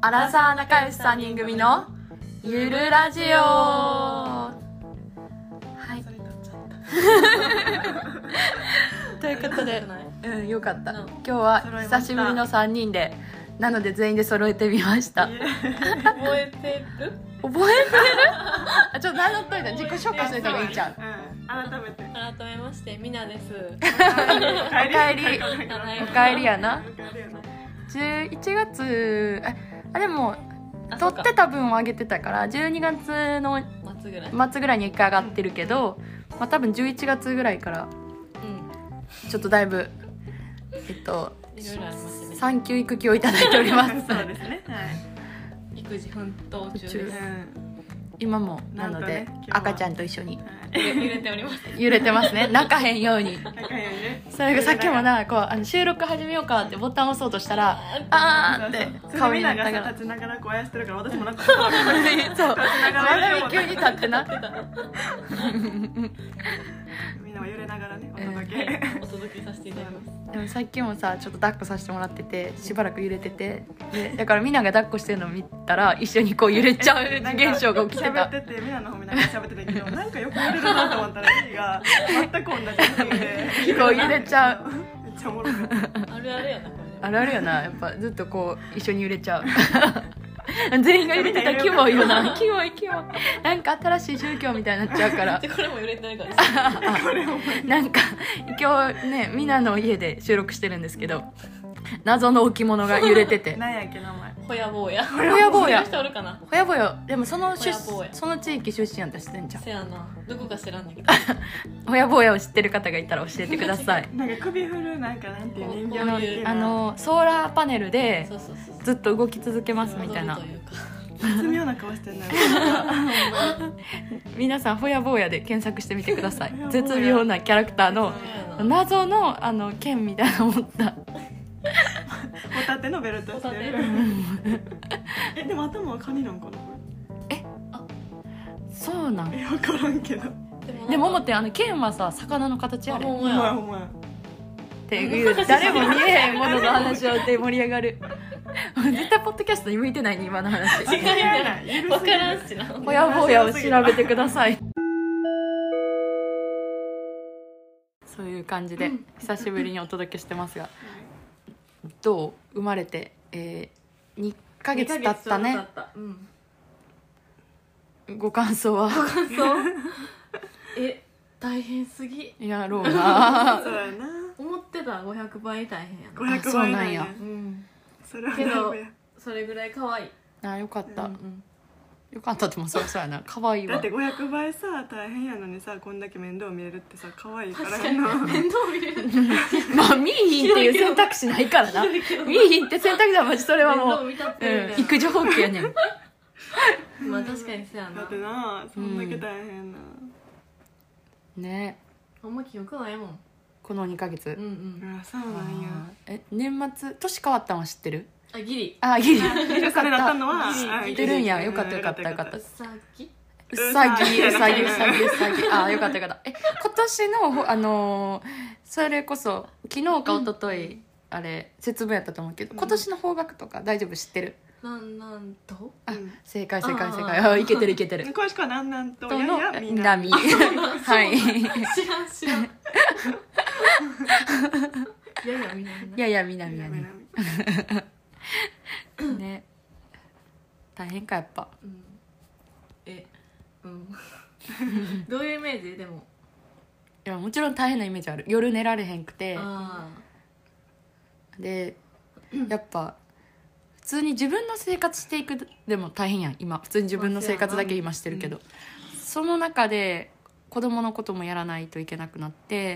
アラサー仲良し3人組のゆるラジオ。はい、ということで、よかった。今日は久しぶりの3人で、なので全員で揃えてみました。 覚えてる？ あ、ちょっと名乗っといた、自己紹介しといた方がいいじゃん。 改めましてみなです。 おかえりやな。11月でも撮ってた分を上げてたから12月の末ぐらいに1回上がってるけど、まあ、多分11月ぐらいからちょっとだいぶいろいろありますね。 産休育休をいただいております。 そうですね、はい、育児奮闘中です。 今もなので赤ちゃんと一緒に揺れております。 揺れてますね。泣かへんように。それがさっきもな、こう収録始めようかってボタン押そうとしたらあーって顔になったから、 立ちながらこうやってるから私もなんかそうまだ急に立ってなみんなは揺れながらねお届けさせていただきます。 でもさっきもさちょっと抱っこさせてもらっててしばらく揺れてて、でだからみんなが抱っこしてるのを見たら一緒にこう揺れちゃう現象が起きてた。 喋っててみんなの方見ながら喋ってたけどなんかよく揺れるなと思ったら意味が全く同じでこう揺れちゃう。 めっちゃおもろかった。あるあるやなこれ。 あるあるやな、やっぱずっとこう一緒に揺れちゃう。全員が揺れてたらキモいよな。キモいなんか新しい宗教みたいになっちゃうから。 これも揺れてないからなんか今日ねみんなの家で収録してるんですけど、謎の置物が揺れてて。 なんやっけ名前。ほやぼうや。 ほやぼうや。 人おるかな。 ほやぼうや。でもその地域出身やったら知ってんじゃん。 せやな。どこか知らんだけど。 ほやぼうやを知ってる方がいたら教えてください。 なんか首振るなんかなんていう人形のソーラーパネルでずっと動き続けますみたいな。 絶妙な顔してんのよ。 皆さんほやぼうやで検索してみてください。絶妙なキャラクターの謎の剣みたいなの持った。 ホタテのベルトしてる。でも頭はカニなんかな。 そうなん。 分からんけど。 でも思って剣はさ魚の形あれ。 ほんまや。 っていう誰も見えへんものの話をって盛り上がる。絶対ポッドキャストに向いてないね今の話。 違いない。分からんしな。 ほやぼうやを調べてください。そういう感じで久しぶりにお届けしてますが、どう生まれて、2ヶ月経ったね。ご感想は？ 大変すぎ。 やろうな。 そうやな。思ってた500倍大変やな。 500倍なんや。 けどそれぐらい可愛い。 あ、よかった。よかったってもそうやな。可愛いわ。 だって500倍さ大変やのにさこんだけ面倒見れるってさ可愛いからやな。面倒見れる。 まあ見いひんっていう選択肢ないからな。見いひんって選択肢はマジそれはもう育児放棄やねん。 まあ確かにそうやな。だってなそんだけ大変な。 ね。 あんま記憶ないもん。 この2ヶ月。 そうなんや。 年末年変わったのは知ってる？ ギリ。 ギリ。よかった。 ったのは知ってるんや。よかった。うさぎ。よかった。今年のそれこそ昨日か一昨日あれ節分やったと思うけど、今年の方角とか大丈夫知ってる？ なんと。 正解。いけてる。 詳しくはなんとや南。はい。 知らん。 やや南やね。ね。大変かやっぱ。 どういうイメージでも。 いやもちろん大変なイメージある。夜寝られへんくて。でやっぱ普通に自分の生活していくでも大変やん今。普通に自分の生活だけ今してるけど、その中で子供のこともやらないといけなくなって、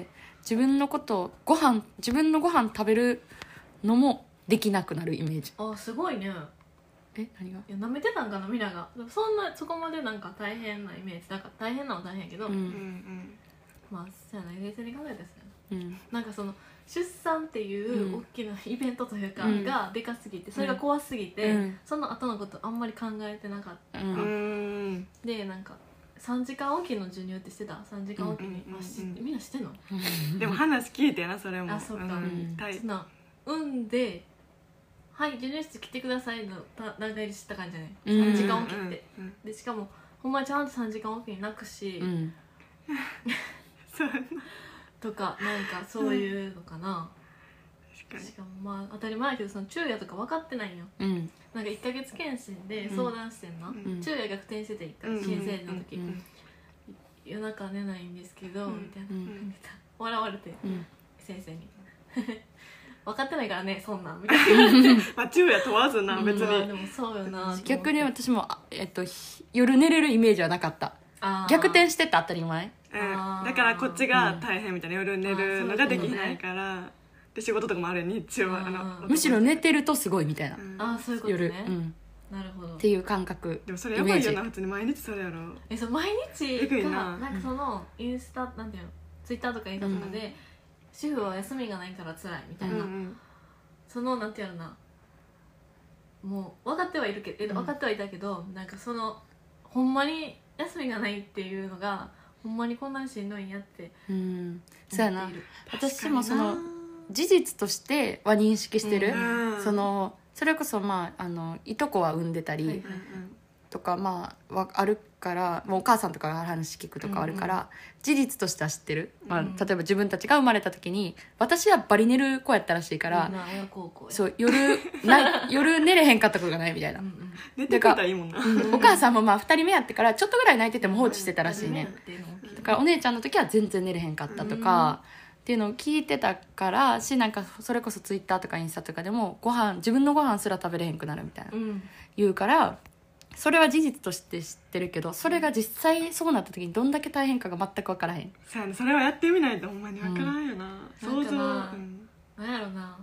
自分のご飯食べるのもできなくなるイメージ。 すごいね。 何が？ いや舐めてたんかなみんなが。そこまでなんか大変なイメージなんか大変なのは大変やけど、まあそうやな冷静に考えたらそうやな。なんかその出産っていう大きなイベントというかがでかすぎて、それが怖すぎて、その後のことあんまり考えてなかった。でなんか3時間おきの授乳ってしてた。3時間おきに、みんなしてんの？でも話聞いてなそれも。そうか。産んではい授乳室来てください」の段階で知った感じじゃない、 うん 3時間おきって、でしかもほんまにちゃんと3時間おきに泣くし、 そうとかなんかそういうのかな、しかもまあ当たり前やけどその昼夜とか分かってないんよ、なんか1ヶ月検診で相談してんな、昼夜逆転してて1回新生児の時、夜中寝ないんですけど、みたいな、笑われて、先生に分かってないからねそんなんみたいなまあ昼夜問わずな別に、 でもそうよな。 逆に私も、夜寝れるイメージはなかった。逆転してた当たり前。 だからこっちが大変みたいな、夜寝るのができないから、で仕事とかもある日中はむしろ寝てるとすごいみたいな、 そういうことね、 夜、 なるほどっていう感覚。 でもそれやばいよな、普通に毎日それやろ。 そう毎日えぐいな。 なんかそのインスタなんていうの、ツイッターとかインスタとかで、主婦は休みがないから辛いみたいな、そのなんていうのな、もう分かってはいるけど、分かってはいたけど、なんかそのほんまに休みがないっていうのがほんまにこんなにしんどいんやってそうやな。私もその事実としては認識してる、それこそまあいとこは産んでたりとか、まああるから、もうお母さんとかが話聞くとかあるから、事実としては知ってる、例えば自分たちが生まれた時に私はバリ寝る子やったらしいから、そう夜寝れへんかったことがないみたいな、 寝てくれたらいいもんな。 お母さんもまあ2人目やってからちょっとぐらい泣いてても放置してたらしいね、だからお姉ちゃんの時は全然寝れへんかったとか、っていうのを聞いてたからし、なんかそれこそツイッターとかインスタとかでも自分のご飯すら食べれへんくなるみたいな、言うから、それは事実として知ってるけど、それが実際そうなった時にどんだけ大変かが全く分からへん。 そうやね、それはやってみないとほんまに分からんよな、想像。 なんやろな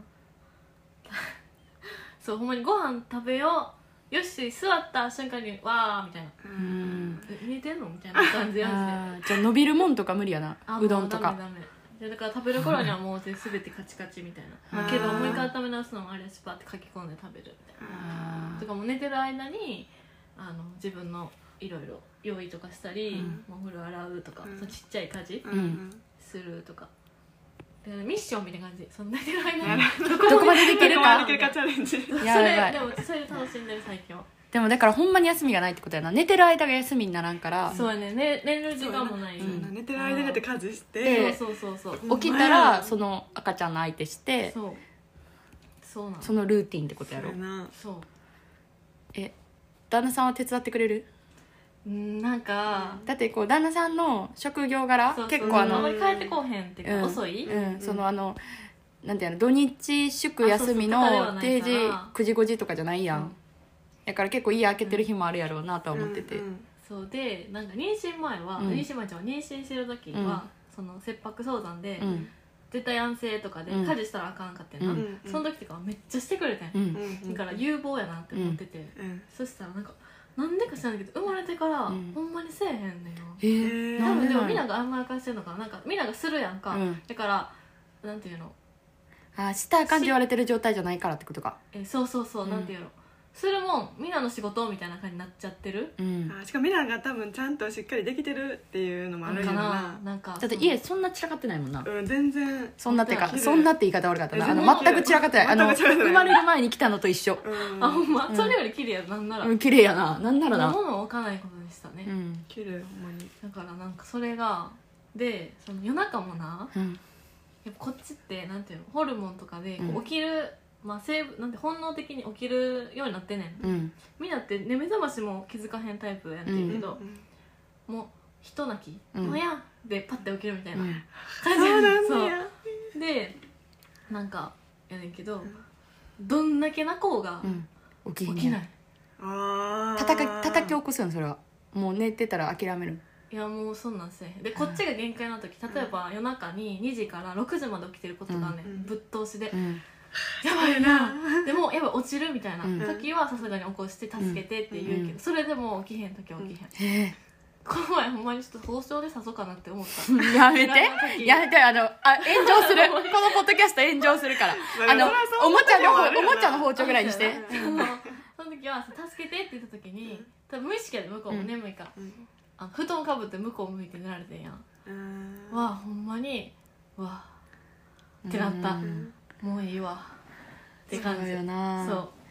そうほんまにご飯食べよう、よし座った瞬間にわーみたいな、見えてんのみたいな感じやじゃあ伸びるもんとか無理やな、うどんとか。 ダメだから食べる頃にはもう全てカチカチみたいな、けどもう一回温め直すのもあれやし、パって書き込んで食べるみたいな、とかも寝てる間に自分のいろいろ用意とかしたり、お風呂洗うとか、そのちっちゃい家事するとか、ミッションみたいな感じ、その寝てる間にどこまでできるかチャレンジ。 でもそれで楽しんでる最近は。 でもだからほんまに休みがないってことやな、寝てる間が休みにならんから。 そうやね、寝る時間もない、 寝てる間にだって家事して、 そう起きたらその赤ちゃんの相手して、 そうなの、 そのルーティンってことやろ。 そう旦那さんは手伝ってくれる？ なんかだってこう旦那さんの職業柄結構あんまり帰ってこうへんっていうか、遅い、 そのなんていうの、土日祝休みの定時9時5時とかじゃないやん、だから結構家開けてる日もあるやろうなとは思ってて、 そうで、なんか妊娠前は、妊娠してる時は、その切迫早産で、絶対安静とかで家事したらあかんかってんな、その時とかめっちゃしてくれてん、だから有望やなって思ってて、そしたらなんでか知らないけど生まれてからほんまにせえへんねんよ、多分でもみんなが甘やかしてんのかな、なんかみんながするやんか、だからなんていうの、 したらあかんって言われてる状態じゃないからってことか。 そうなんていうの、するもんみんなの仕事みたいな感じになっちゃってる、 しかもミラが多分ちゃんとしっかりできてるっていうのもあるよな。 なんかだって家そんな散らかってないもんな。 全然そんなってか、そんなって言い方悪かったな、全く散らかってない、生まれる前に来たのと一緒。 ほんま、それより綺麗や、なんなら綺麗やな、なんならな、 物を置かないことにしたね、 綺麗ほんまに。 だからなんかそれがで、その夜中もな、やっぱこっちってなんていうの、ホルモンとかでこう起きる、なんて本能的に起きるようになってんねん、みんなって目覚ましも気づかへんタイプやってるけど、もうひと泣き「もや!」でパッて起きるみたいな感じそうで、なんかやねんけど、どんだけ泣こうが起きない、 叩き起こすの、それはもう寝てたら諦める？ いやもうそんなんせえへんで、こっちが限界の時、例えば夜中に2時から6時まで起きてることがね、ぶっ通しで、やばいな、でもやばい落ちるみたいな時はさすがに起こして助けてって言うけど、それでも起きへん時は起きへん、この前ほんまにちょっと放送で誘そうかなって思った。 やめて炎上するこのポッドキャスト炎上するからおもちゃの包丁ぐらいにして。 その時は助けてって言った時に、多分無意識で向こうも眠いから、布団かぶって向こう向いて寝られてんやん、わあほんまにわあってなった、もういいわって感じ。 そうよな。 そう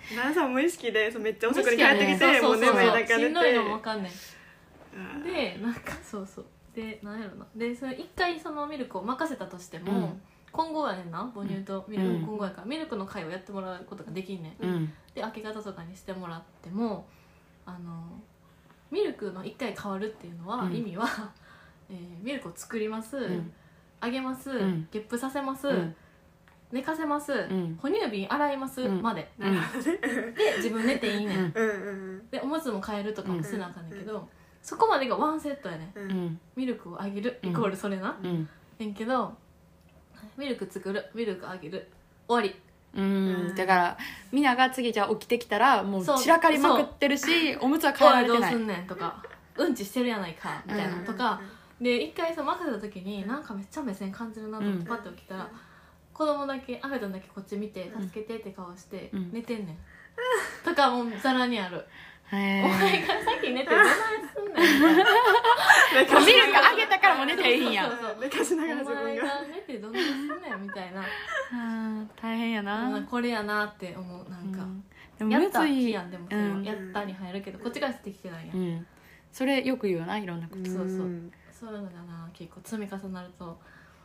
旦那さん無意識でめっちゃ遅くに帰ってきて、もう眠い中寝て、 しんどいのも分かんねん。でなんかそうでなんやろな、でそれ一回そのミルクを任せたとしても、今後やねんな、母乳とミルク今後やから、ミルクの会をやってもらうことができんねん、で明け方とかにしてもらってもミルクの1回変わるっていうのは、意味は、ミルクを作ります、あげます、ゲップさせます、寝かせます、哺乳瓶洗います、まで、で自分寝ていいねん、でおむつも変えるとかもせなあかんねんけど、そこまでがワンセットやねん、ミルクをあげるイコールそれな、ねんけどミルク作る、ミルクあげる、終わり。 だからみなが次じゃあ起きてきたらもう散らかりまくってるし、おむつは変えられてない、 どうすんねんとか、うんちしてるやないかみたいなとか、で一回任せた時になんかめっちゃ目線感じるなと思ってパッて起きたら、子供だけ、赤ちゃんだけこっち見て助けてって顔して寝てんねん、とかもうざらにある。お前が先に寝てどないすんねんミルクあげたからもう寝ていいんや。 寝かしながら自分がお前が寝てどないすんねんみたいな大変やな。 これやなって思う。なんか、 でもやったむずいやん、でもその、やったに入るけどこっちからしてきてないやん、 それよく言うよな、いろんなこと。 そういうのがな結構積み重なると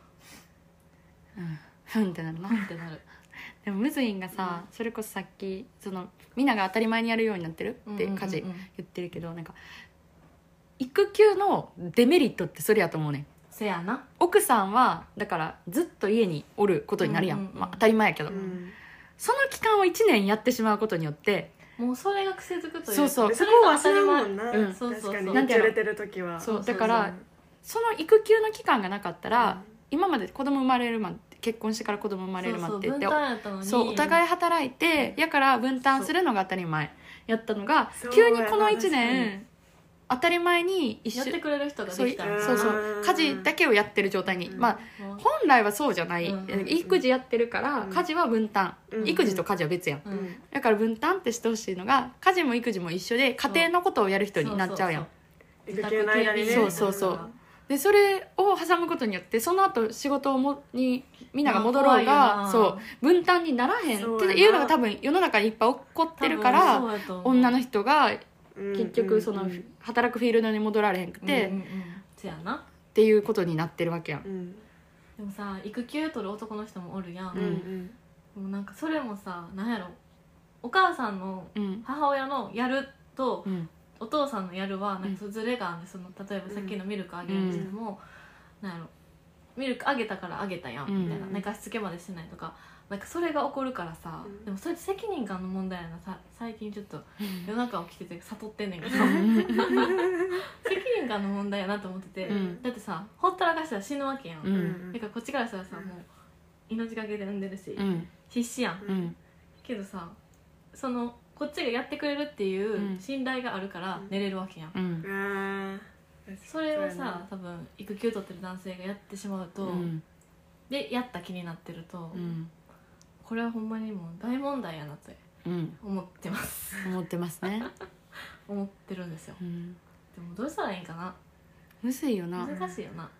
ふんってなるな。 ってなる。 でもむずいんがさ、それこそさっきそのみんなが当たり前にやるようになってるって家事言ってるけど、なんか育休のデメリットってそれやと思うねん。 せやな。 奥さんはだからずっと家におることになるやん、当たり前やけど、その期間を1年やってしまうことによってもうそれが癖づくというか、 そうそこは忘れるもんな、確かに日中れてる時は。 そうだからその育休の期間がなかったら、今まで子供生まれるまで、結婚してから子供生まれるまでって言って、 分担やったのに、 そうお互い働いて、やから分担するのが当たり前やったのが、急にこの1年当たり前にやってくれる人ができたら、 そう家事だけをやってる状態に、まあ本来はそうじゃない、育児やってるから家事は分担、育児と家事は別やん、だから分担ってしてほしいのが、家事も育児も一緒で家庭のことをやる人になっちゃうやん。 育休の間にね。 そうでそれを挟むことによって、その後仕事にみんなが戻ろうが、そう分担にならへんっていうのが多分世の中にいっぱい起こってるから、女の人が結局その働くフィールドに戻られへんくて、 せやなっていうことになってるわけやん。 でもさ、育休取る男の人もおるやん、もうなんかそれもさ、なんやろ、お母さんの母親のやると、お父さんのやるはなんかズレがあるんで、その例えばさっきのミルクあげるにしても、なんやろ、ミルクあげたからあげたやんみたいな、寝かしつけまでしてないとか、なんかそれが起こるからさ、でもそれって責任感の問題やな。最近ちょっと世の中起きてて悟ってんねんけど責任感の問題やなと思ってて、だってさ、ほったらかしたら死ぬわけやん、だからこっちからしたらさ、もう命がけで産んでるし、必死やん、けどさ、そのこっちがやってくれるっていう信頼があるから寝れるわけやん、それをさ、多分育休取ってる男性がやってしまうと、でやった気になってると、これはほんまにもう大問題やなって思ってます、 思ってますね思ってるんですよ、でもどうしたらいいんかな。 むずいよな。 難しいよな、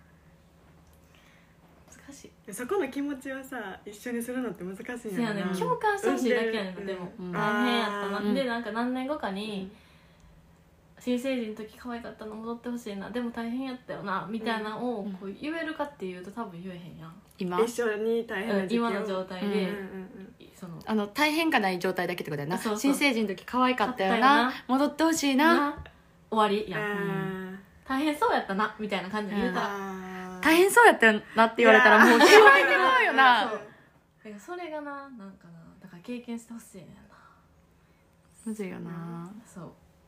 難しい。 そこの気持ちはさ、一緒にするのって難しいんやな。 共感してほしいだけやねんな。でも大変やったな、でなんか何年後かに、新成人の時可愛かったの戻ってほしいな、でも大変やったよなみたいなのをこう言えるかっていうと多分言えへんやん。 今一緒に大変な時期を、 今の状態で、その大変がない状態だけってことやな。 そう新成人の時可愛かったよな、戻ってほしいな、 終わりやん、大変そうやったなみたいな感じで言うたら、 大変そうやったよなって言われたらもうしまいてまうよな。 だからそれがな、なんかな、だから経験してほしいねんな。 むずいよな。 そう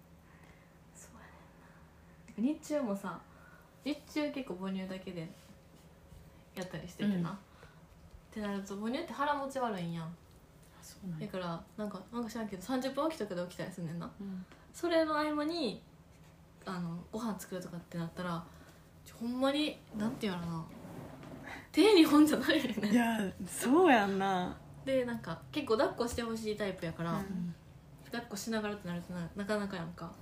やねんな。日中もさ、日中結構母乳だけでやったりしててな、ってなると母乳って腹持ち悪いんやん。だからなんか知らんけど30分起きとかで起きたりすんねんな、それの合間にご飯作るとかってなったら、ほんまになんていうのな、手に本じゃないよね。 いやそうやんな。 でなんか結構抱っこしてほしいタイプやから、抱っこしながらってなるとなかなかやんか、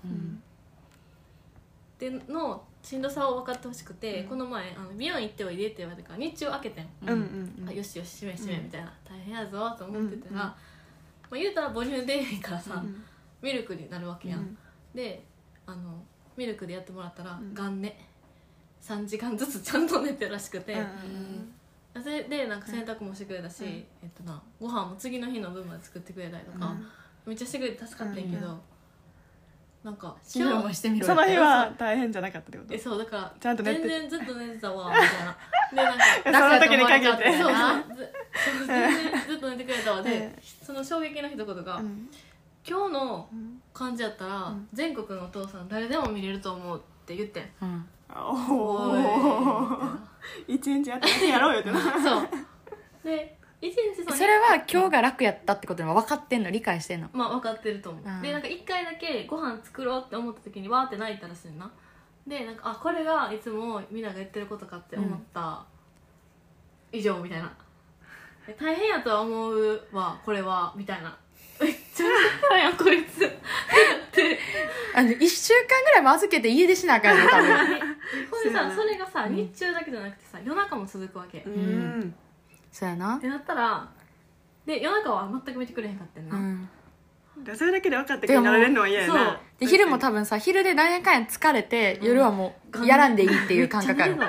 でのしんどさを分かってほしくて、この前美容院行っておいでって言われたから日中開けてん、よしよし閉めみたいな、大変やぞと思ってたら、 まあ、言うたら母乳出えへんからさ、ミルクになるわけやん、でミルクでやってもらったら元寝3時間ずつちゃんと寝てるらしくて、それでなんか洗濯もしてくれたし、ご飯も次の日の分まで作ってくれたりとか、めっちゃしてくれて助かったんやけど、なんか昨日もしてみろその日は大変じゃなかったってこと？ そうだからちゃんと寝て全然ずっと寝てたわみたいなでその時に限ってそう全然ずっと寝てくれたわで、その衝撃の一言が、今日の感じやったら全国のお父さん誰でも見れると思うって言ってん、 おお一日やってやろうよってなそうで一日それは今日が楽やったってことは分かってんの？理解してんの？ まあ分かってると思う。でなんか1回だけご飯作ろうって思った時にわーって泣いたらしいな。でなんかこれがいつもみんなが言ってることかって思った以上みたいな、大変やとは思うわこれはみたいな、めっちゃ大変やんこいつって 1週間ぐらいも預けて家出しなあかんね多分ほんでさそれがさ、日中だけじゃなくてさ夜中も続くわけ、 そうやなってなったらで夜中は全く見てくれへんかったんな、 それだけで分かって気になられるのは嫌やな。 で昼も多分さ昼でなんやかんや疲れて、夜はもうやらんでいいっていう感覚ある。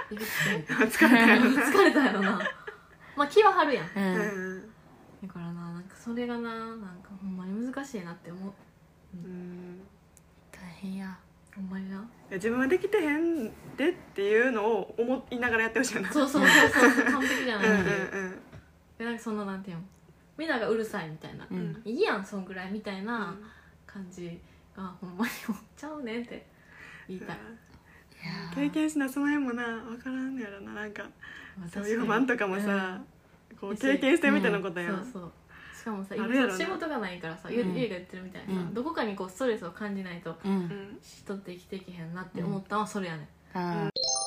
疲れたやろな。まあ気は張るやん、だからなんかそれがなんかほんまに難しいなって思う。 大変やほんまにな。 自分はできてへんでっていうのを思いながらやってほしいな。 そう完璧じゃないっていうでなんかそのなんていうのみんながうるさいみたいな、いいやんそんぐらいみたいな感じがほんまに思っちゃうねんって言いたい。 経験しなその辺もな分からんやろな。なんかそういう不満とかもさ、こう経験してみたいなことやん。 そうしかもさ今仕事がないからさ、家が言ってるみたいなさ、どこかにこうストレスを感じないと人って生きていけへんなって思ったのはそれやねん。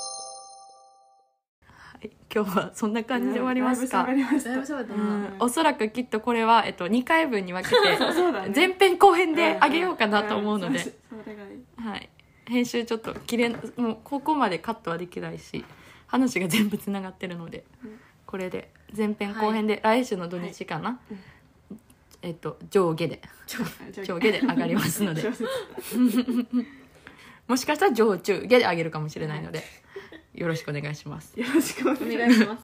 今日はそんな感じで終わりますか？ だいぶ喋ったな。 おそらくきっとこれは、2回分に分けて前編後編であげようかなと思うので、はい、編集ちょっともうここまでカットはできないし話が全部つながってるので、これで前編後編で来週の土日かな、上下で上がりますのでもしかしたら上中下で上げるかもしれないのでよろしくお願いします。 よろしくお願いします。